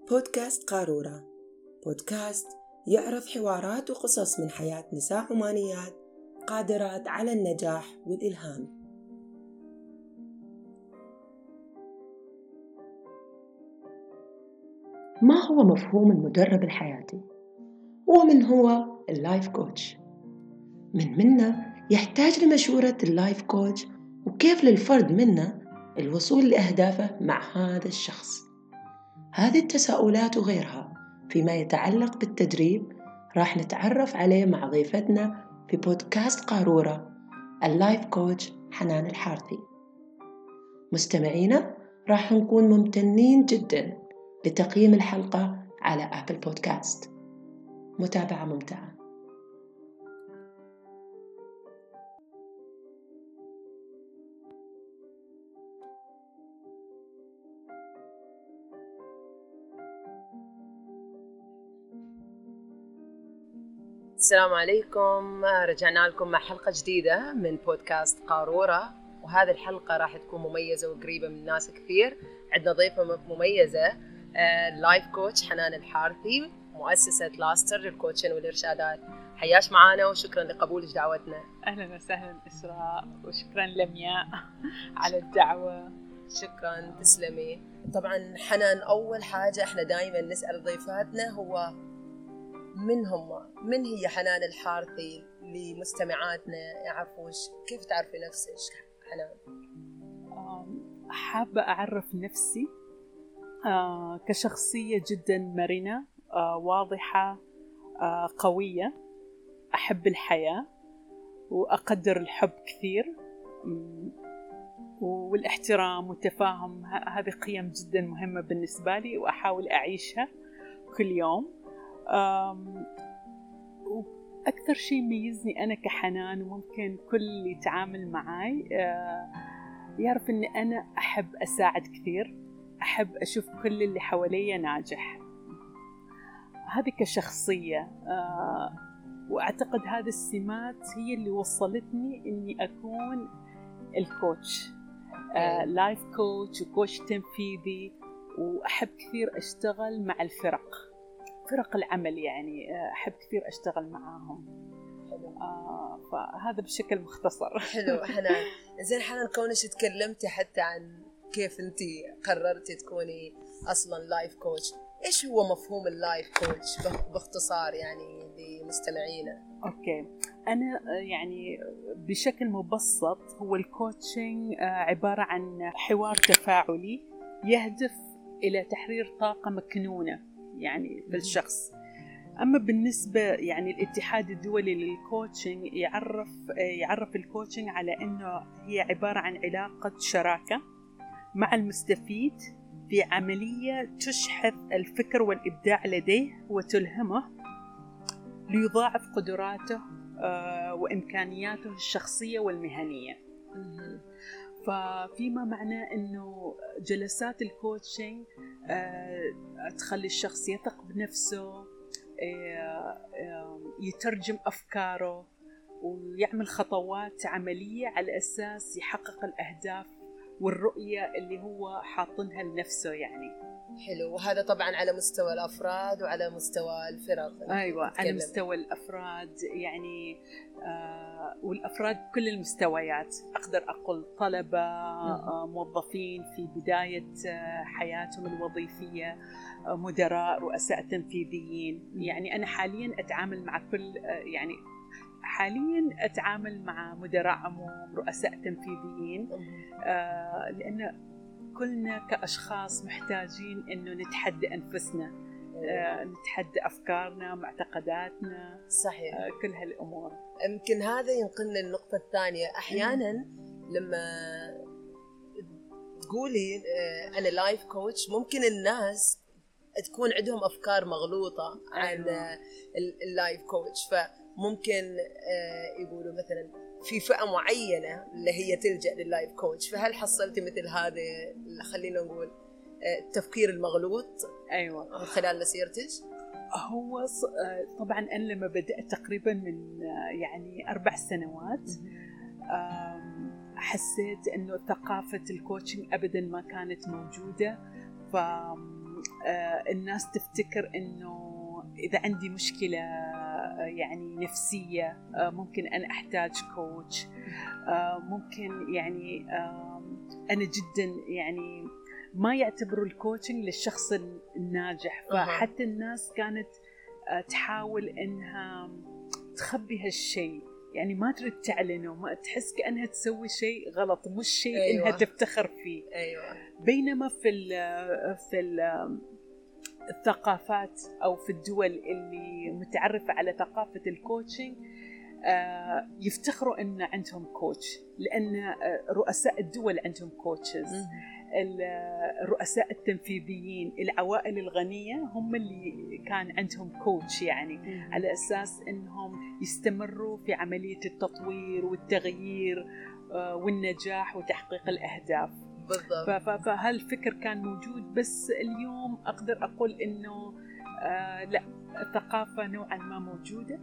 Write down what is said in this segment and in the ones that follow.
بودكاست قارورة، بودكاست يعرض حوارات وقصص من حياة نساء عمانيات قادرات على النجاح والإلهام. ما هو مفهوم المدرب الحياتي؟ ومن هو اللايف كوتش؟ من منا يحتاج لمشورة اللايف كوتش، وكيف للفرد منا الوصول لأهدافه مع هذا الشخص؟ هذه التساؤلات وغيرها فيما يتعلق بالتدريب راح نتعرف عليه مع ضيفتنا في بودكاست قارورة، اللايف كوتش حنان الحارثي. مستمعينا راح نكون ممتنين جدا لتقييم الحلقة على أبل بودكاست. متابعة ممتعة. السلام عليكم، رجعنا لكم مع حلقة جديدة من بودكاست قارورة، وهذه الحلقة راح تكون مميزة وقريبة من ناس كثير. عندنا ضيفة مميزة، لايف كوتش حنان الحارثي، مؤسسة لاستر للكوتشن والإرشادات. حياش معانا وشكرا لقبولك دعوتنا. أهلا وسهلا إسراء، وشكرا لمياء على الدعوة. شكرا، تسلمي. طبعا حنان، أول حاجة احنا دائما نسأل ضيفاتنا هو من هي حنان الحارثي، لمستمعاتنا يعرفوش كيف تعرفي نفسك حنان. حابة أعرف نفسي كشخصية جدا مرنة، واضحة، قوية، أحب الحياة وأقدر الحب كثير، والاحترام والتفاهم. هذه قيم جدا مهمة بالنسبة لي وأحاول أعيشها كل يوم. وأكثر شيء يميزني أنا كحنان، وممكن كل اللي يتعامل معاي يعرف أن أنا أحب أساعد كثير، أحب أشوف كل اللي حواليا ناجح. هذه كشخصية، وأعتقد هذه السمات هي اللي وصلتني أني أكون الكوتش، لايف كوتش وكوتش تنفيذي. وأحب كثير أشتغل مع فرق العمل، يعني أحب كثير أشتغل معاهم. فهذا بشكل مختصر. حلو حنان. زين حنان، كونك تكلمتي حتى عن كيف أنتي قررتي تكوني أصلا لايف كوتش، إيش هو مفهوم اللايف كوتش باختصار يعني لمستمعينا؟ أوكي، أنا يعني بشكل مبسط هو الكوتشنج عبارة عن حوار تفاعلي يهدف إلى تحرير طاقة مكنونة يعني بالشخص. أما بالنسبة يعني الاتحاد الدولي للكوتشنج يعرف الكوتشنج على أنه هي عبارة عن علاقة شراكة مع المستفيد في عملية تشحذ الفكر والإبداع لديه وتلهمه ليضاعف قدراته وإمكانياته الشخصية والمهنية. ففيما معناه أنه جلسات الكوتشنج تخلي الشخص يثق بنفسه، يترجم أفكاره ويعمل خطوات عملية على أساس يحقق الأهداف والرؤية اللي هو حاطنها لنفسه يعني. حلو. وهذا طبعا على مستوى الأفراد وعلى مستوى الفرق. أيوة، على مستوى الأفراد يعني، والأفراد كل المستويات. أقدر أقول طلبة، موظفين في بداية حياتهم الوظيفية، مدراء، رؤساء تنفيذيين. يعني أنا حاليا أتعامل مع أتعامل مع مدراء عموم، رؤساء تنفيذيين، لأن كلنا كأشخاص محتاجين إنه نتحدى أنفسنا، نتحدى أفكارنا، معتقداتنا. صحيح. كل هالأمور. يمكن هذا ينقلنا النقطة الثانية. أحيانا لما تقولي أنا لايف كوتش، ممكن الناس تكون عندهم أفكار مغلوطة عن اللايف كوتش، فممكن يقولوا مثلا في فئة معينة اللي هي تلجأ لللايف كوتش. فهل حصلتي مثل هذا، خلينا نقول التفكير المغلوط من خلال مسيرتك؟ هو طبعا أنا لما بدأت تقريبا من يعني 4 سنوات حسيت أنه ثقافة الكوتشنج أبدا ما كانت موجودة. الناس تفتكر إنه إذا عندي مشكلة يعني نفسية ممكن أنا أحتاج كوتش. ممكن يعني أنا جدا يعني ما يعتبروا الكوتشنج للشخص الناجح، فحتى الناس كانت تحاول إنها تخبي هالشيء، يعني ما تريد تعلنه، ما تحس كأنها تسوي شيء غلط، مش شيء إنها تفتخر فيه. بينما في الثقافات أو في الدول اللي متعرفة على ثقافة الكوتشنج يفتخروا إن عندهم كوتش، لأن رؤساء الدول عندهم كوتشز، الرؤساء التنفيذيين، العوائل الغنية هم اللي كان عندهم كوتش، يعني على أساس إنهم يستمروا في عملية التطوير والتغيير والنجاح وتحقيق الأهداف. بالضبط. فهالفكر كان موجود، بس اليوم أقدر أقول إنه لا، الثقافة نوعا ما موجودة.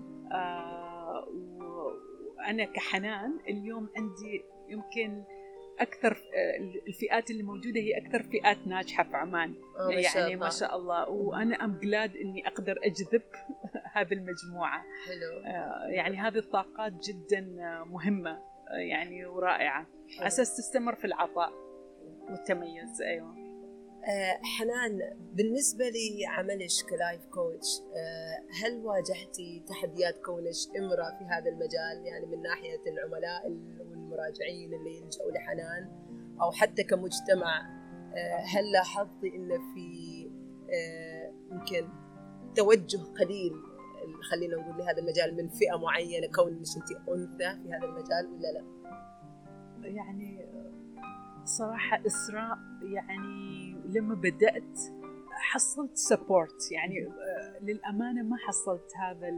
وأنا كحنان اليوم عندي يمكن أكثر الفئات اللي موجودة هي أكثر فئات ناجحة في عمان، يعني ما شاء الله. وأنا أم glad إني أقدر أجذب هذه المجموعة. حلو. يعني هذه الطاقات جدا مهمة يعني ورائعة، أساس تستمر في العطاء والتميز. أيوة. حنان، بالنسبة لعملك كلايف كوتش، هل واجهتي تحديات كونك امرأة في هذا المجال، يعني من ناحية العملاء والمراجعين اللي يلجأوا لحنان، أو حتى كمجتمع؟ هل لاحظتي إن في يمكن توجه قليل، خلينا نقول، لهذا المجال من فئة معينة كون إنك أنت أنثى في هذا المجال، ولا لا؟ يعني صراحة إسراء، يعني لما بدأت حصلت سبورت، يعني للأمانة ما حصلت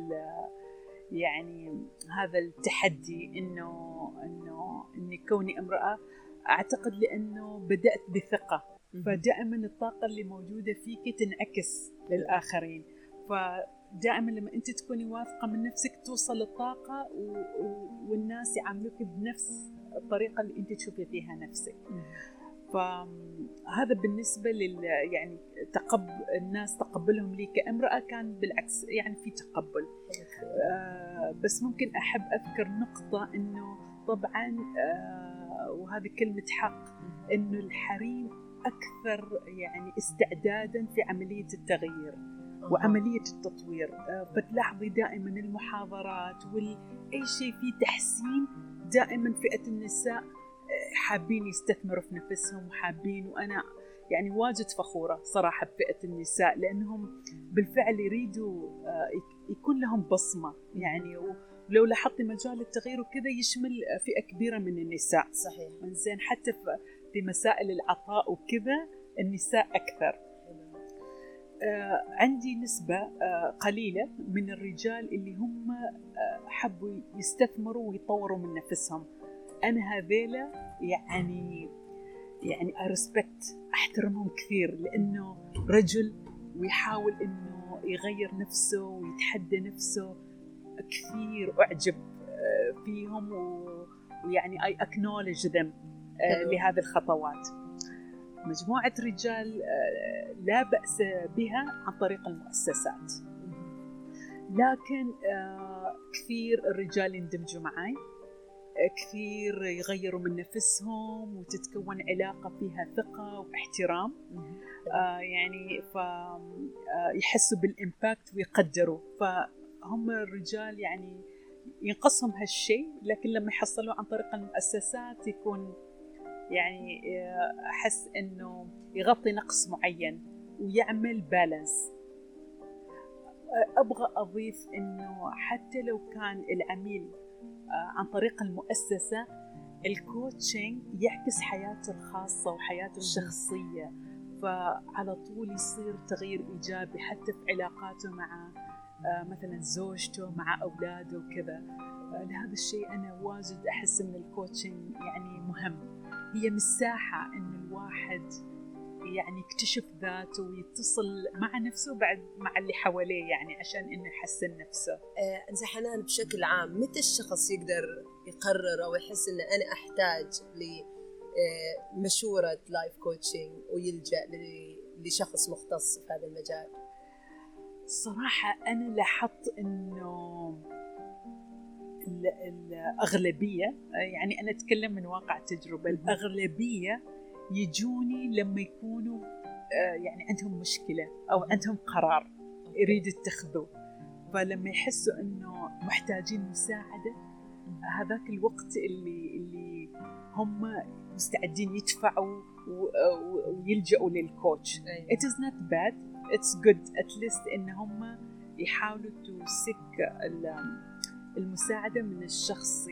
يعني هذا التحدي إني كوني امرأة. أعتقد لأنه بدأت بثقة، فدائما الطاقة اللي موجودة فيك تنعكس للآخرين، فدائما لما أنت تكوني واثقة من نفسك توصل الطاقة والناس يعاملوك بنفس الطريقة اللي أنت تشوفي فيها نفسك. فهذا بالنسبة يعني الناس تقبلهم لي كامرأة كان بالعكس، يعني في تقبل. بس ممكن أحب أذكر نقطة، إنه طبعا وهذه كلمة حق، إنه الحريم أكثر يعني استعدادا في عملية التغيير وعملية التطوير. فتلاحظي دائما المحاضرات أي شيء فيه تحسين، دائما فئة النساء حابين يستثمروا في نفسهم وحابين، وأنا يعني واجد فخورة صراحة بفئة النساء، لأنهم بالفعل يريدوا يكون لهم بصمة، يعني ولو لاحظتي مجال التغيير وكذا يشمل فئة كبيرة من النساء. صحيح. زين، حتى في مسائل العطاء وكذا النساء أكثر. عندي نسبة قليلة من الرجال اللي هم حبوا يستثمروا ويطوروا من نفسهم. أنا هذيلا يعني أرسبكت، أحترمهم كثير، لأنه رجل ويحاول إنه يغير نفسه ويتحدى نفسه، كثير أعجب فيهم، ويعني I acknowledge them لهذه الخطوات. مجموعة رجال لا بأس بها عن طريق المؤسسات، لكن كثير الرجال يندمجوا معي، كثير يغيروا من نفسهم وتتكون علاقة فيها ثقة واحترام، يعني يحسوا بالإمباكت ويقدروا. فهم الرجال يعني ينقصهم هالشيء، لكن لما يحصلوا عن طريق المؤسسات يكون يعني أحس إنه يغطي نقص معين ويعمل بالانس. أبغى أضيف إنه حتى لو كان العميل عن طريق المؤسسة، الكوتشنج يعكس حياته الخاصة وحياته الشخصية، فعلى طول يصير تغيير إيجابي حتى في علاقاته مع مثلا زوجته، مع أولاده وكذا. لهذا الشيء أنا واجد أحس إن الكوتشنج يعني مهم، هي مساحة إن الواحد يعني يكتشف ذاته ويتصل مع نفسه بعد مع اللي حواليه، يعني عشان إنه يحسن نفسه. أنت حنان بشكل عام، متى الشخص يقدر يقرر أو يحس إن أنا أحتاج لمشورة لايف كوتشنج ويلجأ لشخص مختص في هذا المجال؟ صراحة أنا لاحظت إنه الأغلبية، يعني أنا أتكلم من واقع تجربة، الأغلبية يجوني لما يكونوا يعني عندهم مشكلة أو عندهم قرار يريد يتخذوه، فلما يحسوا إنه محتاجين مساعدة هذاك الوقت اللي هم مستعدين يدفعوا ويلجأوا للكوتش. It is not bad, it's good at least إن هم يحاولوا to seek المساعدة من الشخص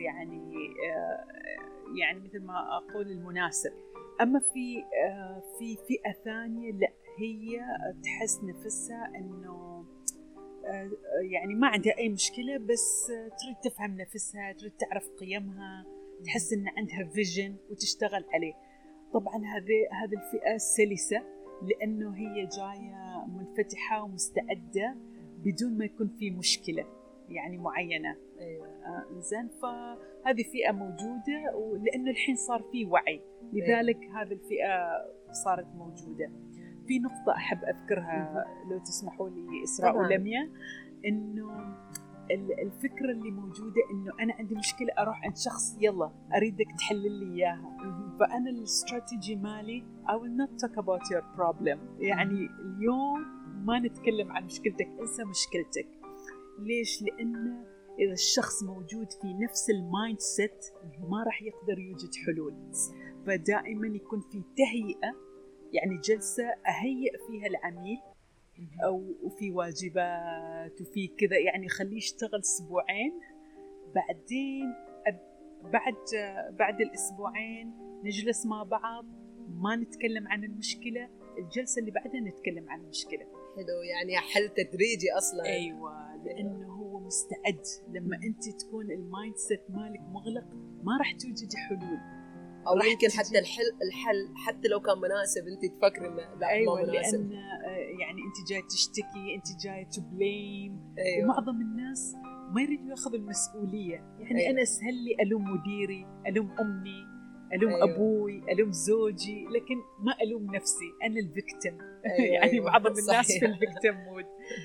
يعني مثل ما أقول المناسب. أما في فئة ثانية لا، هي تحس نفسها إنه يعني ما عندها أي مشكلة، بس تريد تفهم نفسها، تريد تعرف قيمها، تحس إن عندها فيجن وتشتغل عليه. طبعا هذه الفئة سلسة لأنه هي جاية منفتحة ومستعدة بدون ما يكون في مشكلة يعني معينة. زين، فهذه فئة موجودة، ولأنه الحين صار في وعي لذلك هذه الفئة صارت موجودة. في نقطة أحب أذكرها لو تسمحوا لي إسراء ولميا، إنه الفكرة اللي موجودة إنه أنا عندي مشكلة أروح عند شخص يلا أريدك تحلل لي إياها. فأنا الاستراتيجي مالي I will not talk about your problem، يعني اليوم ما نتكلم عن مشكلتك، انسى مشكلتك. ليش؟ لأن إذا الشخص موجود في نفس المايند سيت ما راح يقدر يوجد حلول. فدائما يكون في تهيئة، يعني جلسة أهيئ فيها العميل أو في واجبات وفي كذا، يعني خليه يشتغل أسبوعين، بعدين بعد الأسبوعين نجلس مع بعض، ما نتكلم عن المشكلة، الجلسة اللي بعدها نتكلم عن المشكلة. حلو، يعني حل تدريجي أصلا. أيوة، لأنه هو مستعد. لما أنت تكون المايند سيت مالك مغلق ما راح توجد حلول، أو يمكن حتى الحل حتى لو كان مناسب أنت تفكر إنه لا. أيوة، ما مناسب. لأن يعني أنت جاي تشتكي، أنت جاي تبليم. أيوة. ومعظم الناس ما يريدوا ياخذوا المسؤولية. يعني أيوة. أنا أسهل لي ألوم مديري، ألوم أمي، ألوم أيوة. أبوي، ألوم زوجي، لكن ما ألوم نفسي، أنا الفيكتيم. أيوة. يعني أيوة. معظم الناس صحيح. في الفيكتيم مود.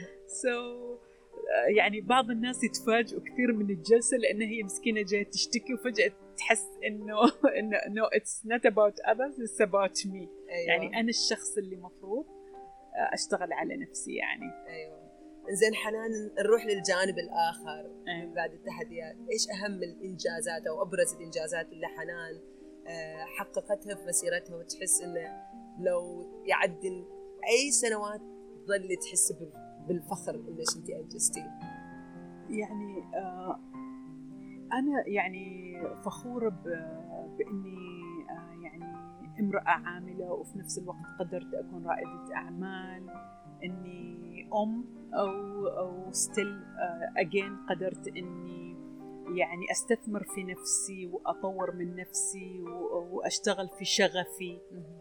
يعني بعض الناس يتفاجئوا كثير من الجلسة لأن هي مسكينة جاية تشتكي، وفجأة تحس إنه no it's not about others, it's about me. أيوة. يعني أنا الشخص اللي مفروض أشتغل على نفسي يعني. أيوة. زين حنان، نروح للجانب الآخر. أيوة. بعد التحديات، إيش أهم الإنجازات أو أبرز الإنجازات اللي حنان حققتها في مسيرتها، وتحس إنه لو يعدل أي سنوات ظل تحس بالفخر إنش أنت أنجزتي؟ يعني أنا يعني فخورة بإني يعني امرأة عاملة، وفي نفس الوقت قدرت أكون رائدة أعمال، إني أو still again قدرت إني يعني أستثمر في نفسي وأطور من نفسي وأشتغل في شغفي.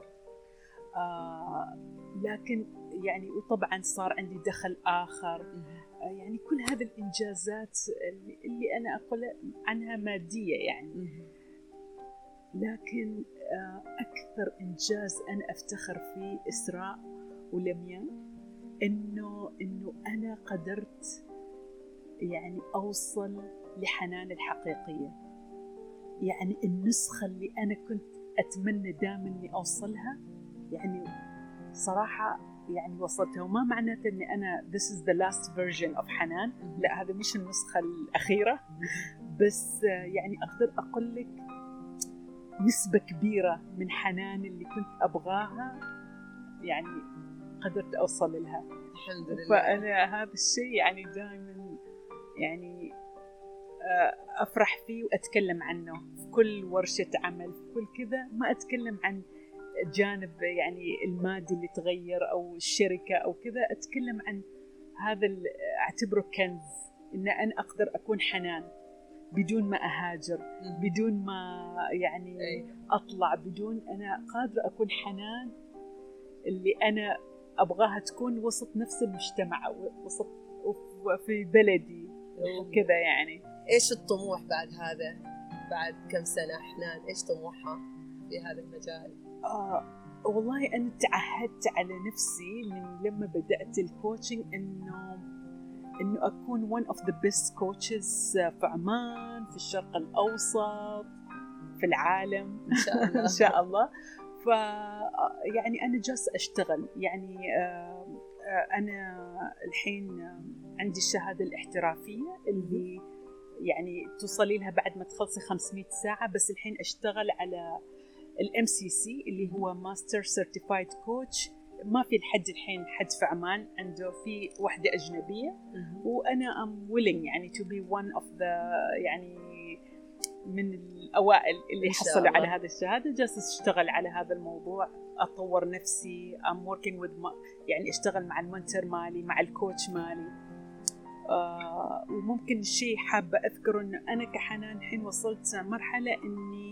لكن يعني وطبعا صار عندي دخل آخر. يعني كل هذه الإنجازات اللي أنا أقول عنها مادية يعني. لكن أكثر إنجاز أنا أفتخر فيه إسراء ولميا إنه أنا قدرت يعني أوصل لحنان الحقيقية. يعني النسخة اللي أنا كنت أتمنى دائما إني أوصلها، يعني صراحة يعني وصلتها. وما معناته أني أنا this is the last version of حنان، لا، هذا مش النسخة الأخيرة، بس يعني أقدر أقول لك نسبة كبيرة من حنان اللي كنت أبغاها يعني قدرت أوصل لها الحمد لله. فأنا هذا الشيء يعني دائما يعني أفرح فيه وأتكلم عنه في كل ورشة عمل، في كل كذا. ما أتكلم عن جانب يعني المادي اللي تغير أو الشركة أو كذا، أتكلم عن هذا أعتبره كنز، إن أنا أقدر أكون حنان بدون ما أهاجر، بدون ما يعني أطلع، بدون أنا قادرة أكون حنان اللي أنا أبغاها تكون وسط نفس المجتمع، وسط في بلدي وكذا يعني. إيش الطموح بعد هذا؟ بعد كم سنة حنان إيش طموحها في هذا المجال؟ والله أنا تعهدت على نفسي من لما بدأت الكوتشنج إنه أكون one of the best coaches في عمان، في الشرق الأوسط، في العالم إن شاء الله. إن شاء الله. يعني أنا جالسة أشتغل، يعني أنا الحين عندي الشهادة الاحترافية اللي يعني توصلي لها بعد ما تخلصي 500 ساعة، بس الحين أشتغل على MCC اللي هو ماستر سيرتيفايد كوتش. ما في لحد الحين حد في عمان عنده، في واحدة أجنبية، وأنا I'm willing يعني to be one of the يعني من الأوائل اللي حصلوا على هذا الشهادة. جالسة أشتغل على هذا الموضوع، أطور نفسي. I'm working with يعني أشتغل مع المنتور مالي، مع الكوتش مالي. وممكن الشيء حابة أذكره إنه أنا كحنان الحين وصلت مرحلة إني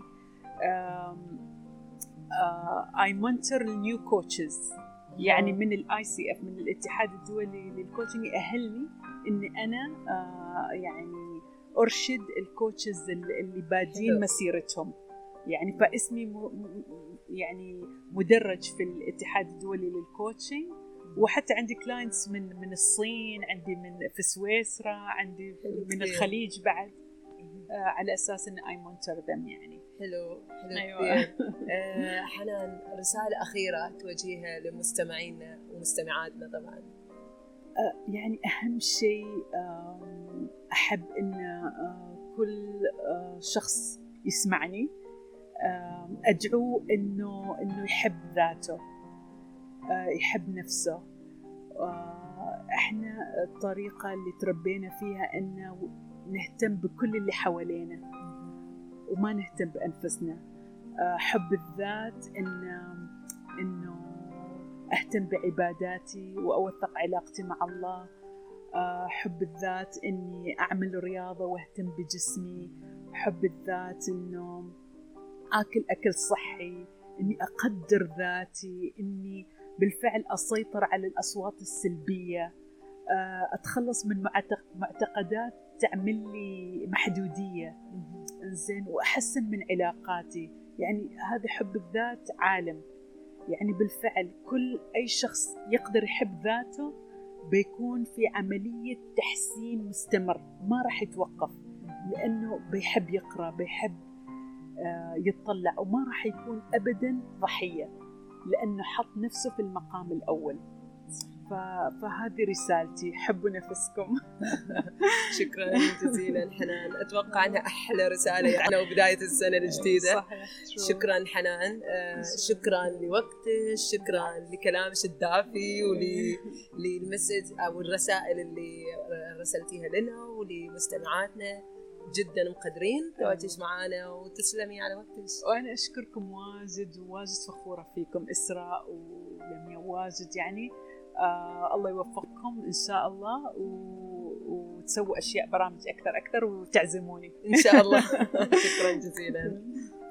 I mentor new coaches، يعني من ICF، من الاتحاد الدولي للكوتشنج، يأهلني إني أنا يعني أرشد الكوتشز اللي بادين مسيرتهم. يعني فاسمي يعني مدرج في الاتحاد الدولي للكوتشنج، وحتى عندي كلاينتس من الصين، عندي في سويسرا، عندي من الخليج بعد، على أساس إن I mentor them يعني. حلو. أيوة. حنان، رسالة أخيرة توجهها لمستمعينا ومستمعاتنا طبعا. يعني أهم شيء أحب إن كل شخص يسمعني أدعوه إنه يحب ذاته، يحب نفسه. إحنا الطريقة اللي تربينا فيها إنه نهتم بكل اللي حوالينا وما نهتم بأنفسنا. حب الذات إنه أهتم بعباداتي وأوثق علاقتي مع الله. حب الذات إني أعمل رياضة وأهتم بجسمي. حب الذات إنه أكل صحي، إني أقدر ذاتي، إني بالفعل أسيطر على الأصوات السلبية، أتخلص من معتقدات تعمل لي محدودية، إنزين، وأحسن من علاقاتي. يعني هذا حب الذات عالم. يعني بالفعل كل أي شخص يقدر يحب ذاته بيكون في عملية تحسين مستمر، ما راح يتوقف، لأنه بيحب يقرأ، بيحب يتطلع، وما راح يكون أبدا ضحية، لأنه حط نفسه في المقام الأول. فهذه رسالتي، حبوا نفسكم. شكرا جزيلا حنان، أتوقع أنها أحلى رسالة يعني وبداية السنة الجديدة. شكرا حنان، شكرا لوقتك، شكرا لكلامك الدافي وللمسج أو الرسائل اللي رسلتيها لنا ولمستمعاتنا. جدا مقدرين تواجدك معنا، وتسلمي على وقتك. وأنا أشكركم واجد فخورة فيكم إسراء ولميا واجد يعني. الله يوفقكم إن شاء الله، وتسووا أشياء برامج أكثر وتعزموني إن شاء الله. شكرا جزيلا.